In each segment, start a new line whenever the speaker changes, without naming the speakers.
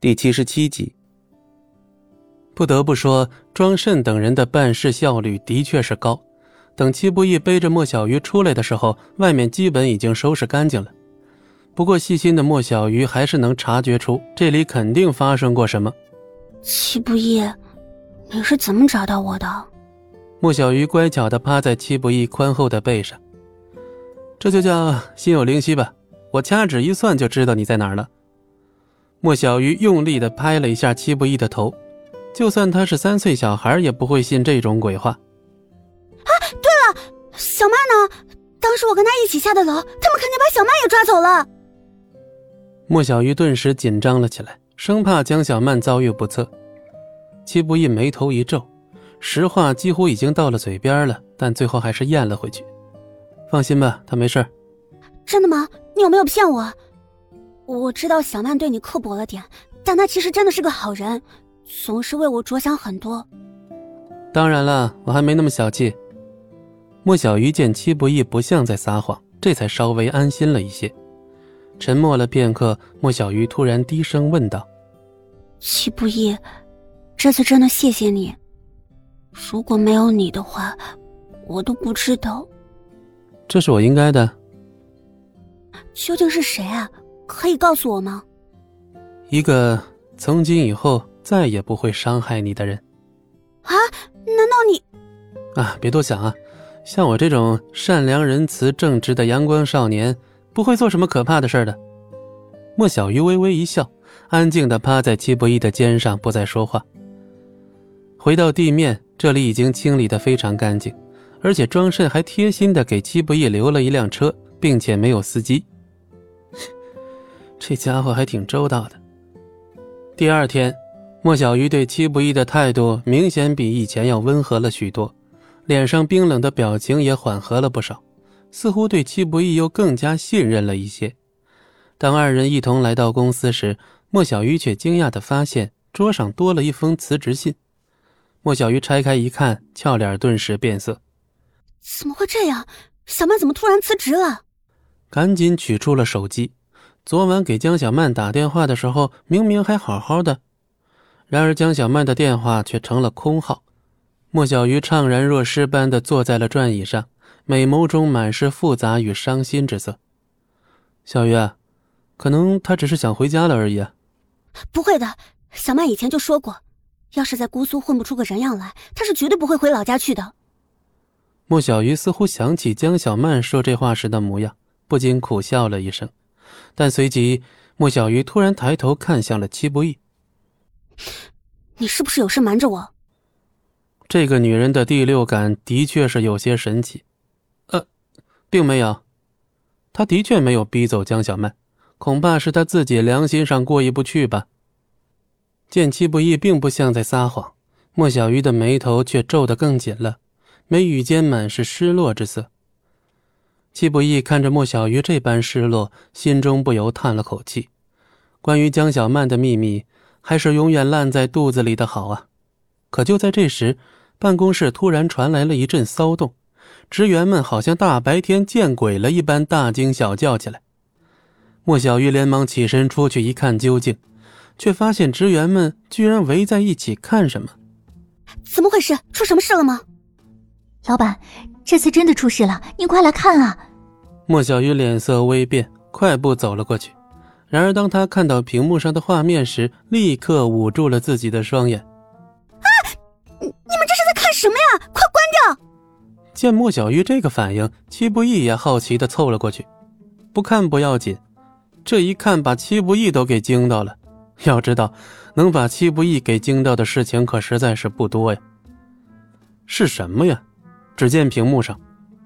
第77集。不得不说，庄慎等人的办事效率的确是高。等戚不义背着莫小鱼出来的时候，外面基本已经收拾干净了。不过细心的莫小鱼还是能察觉出这里肯定发生过什么。
戚不义，你是怎么找到我的？
莫小鱼乖巧地趴在戚不义宽厚的背上。这就叫心有灵犀吧，我掐指一算就知道你在哪儿了。莫小鱼用力地拍了一下戚不义的头，就算他是3岁小孩也不会信这种鬼话。
对了，小曼呢？当时我跟他一起下的楼，他们肯定把小曼也抓走了。
莫小鱼顿时紧张了起来，生怕江小曼遭遇不测。戚不义眉头一皱，实话几乎已经到了嘴边了，但最后还是咽了回去。放心吧，他没事。
真的吗？你有没有骗我？我知道小曼对你刻薄了点，但她其实真的是个好人，总是为我着想很多。
当然了，我还没那么小气。莫小鱼见戚不义不像在撒谎，这才稍微安心了一些。沉默了片刻，莫小鱼突然低声问道：
戚不义，这次真的谢谢你，如果没有你的话，我都不知道。
这是我应该的。
究竟是谁啊？可以告诉我吗？
一个从今以后再也不会伤害你的人。
啊？难道你……
别多想啊，像我这种善良仁慈正直的阳光少年，不会做什么可怕的事的。莫小鱼微微一笑，安静地趴在戚不义的肩上，不再说话。回到地面，这里已经清理得非常干净，而且庄慎还贴心地给戚不义留了一辆车，并且没有司机。这家伙还挺周到的。第二天，莫小鱼对戚不义的态度明显比以前要温和了许多，脸上冰冷的表情也缓和了不少，似乎对戚不义又更加信任了一些。当二人一同来到公司时，莫小鱼却惊讶地发现桌上多了一封辞职信。莫小鱼拆开一看，俏脸顿时变色。
怎么会这样？小曼怎么突然辞职了？
赶紧取出了手机，昨晚给江小曼打电话的时候明明还好好的，然而江小曼的电话却成了空号。莫小鱼怅然若失般地坐在了转椅上，美眸中满是复杂与伤心之色。小鱼啊，可能他只是想回家了而已啊。
不会的，小曼以前就说过，要是在姑苏混不出个人样来，她是绝对不会回老家去的。
莫小鱼似乎想起江小曼说这话时的模样，不禁苦笑了一声，但随即莫小鱼突然抬头看向了戚不义。
你是不是有事瞒着我？
这个女人的第六感的确是有些神奇。并没有，她的确没有逼走江小曼，恐怕是她自己良心上过意不去吧。见戚不义并不像在撒谎，莫小鱼的眉头却皱得更紧了，眉宇间满是失落之色。戚不义看着莫小鱼这般失落，心中不由叹了口气。关于江小曼的秘密，还是永远烂在肚子里的好啊。可就在这时，办公室突然传来了一阵骚动，职员们好像大白天见鬼了一般大惊小叫起来。莫小鱼连忙起身出去一看究竟，却发现职员们居然围在一起看什么。
怎么回事？出什么事了吗？
老板，这次真的出事了，您快来看啊！
莫小鱼脸色微变，快步走了过去。然而当他看到屏幕上的画面时，立刻捂住了自己的双眼。
你们这是在看什么呀？快关掉！
见莫小鱼这个反应，戚不义也好奇地凑了过去。不看不要紧，这一看把戚不义都给惊到了。要知道，能把戚不义给惊到的事情可实在是不多呀。是什么呀？只见屏幕上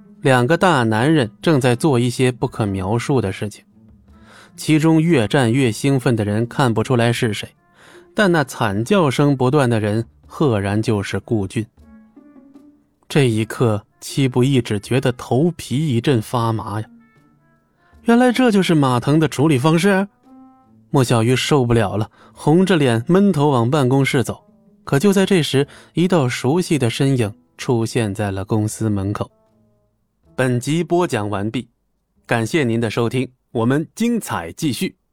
2个大男人正在做一些不可描述的事情，其中越战越兴奋的人看不出来是谁，但那惨叫声不断的人赫然就是顾俊。这一刻，戚不义只觉得头皮一阵发麻呀。原来这就是马腾的处理方式。莫小鱼受不了了，红着脸闷头往办公室走。可就在这时，一道熟悉的身影出现在了公司门口。本集播讲完毕，感谢您的收听，我们精彩继续。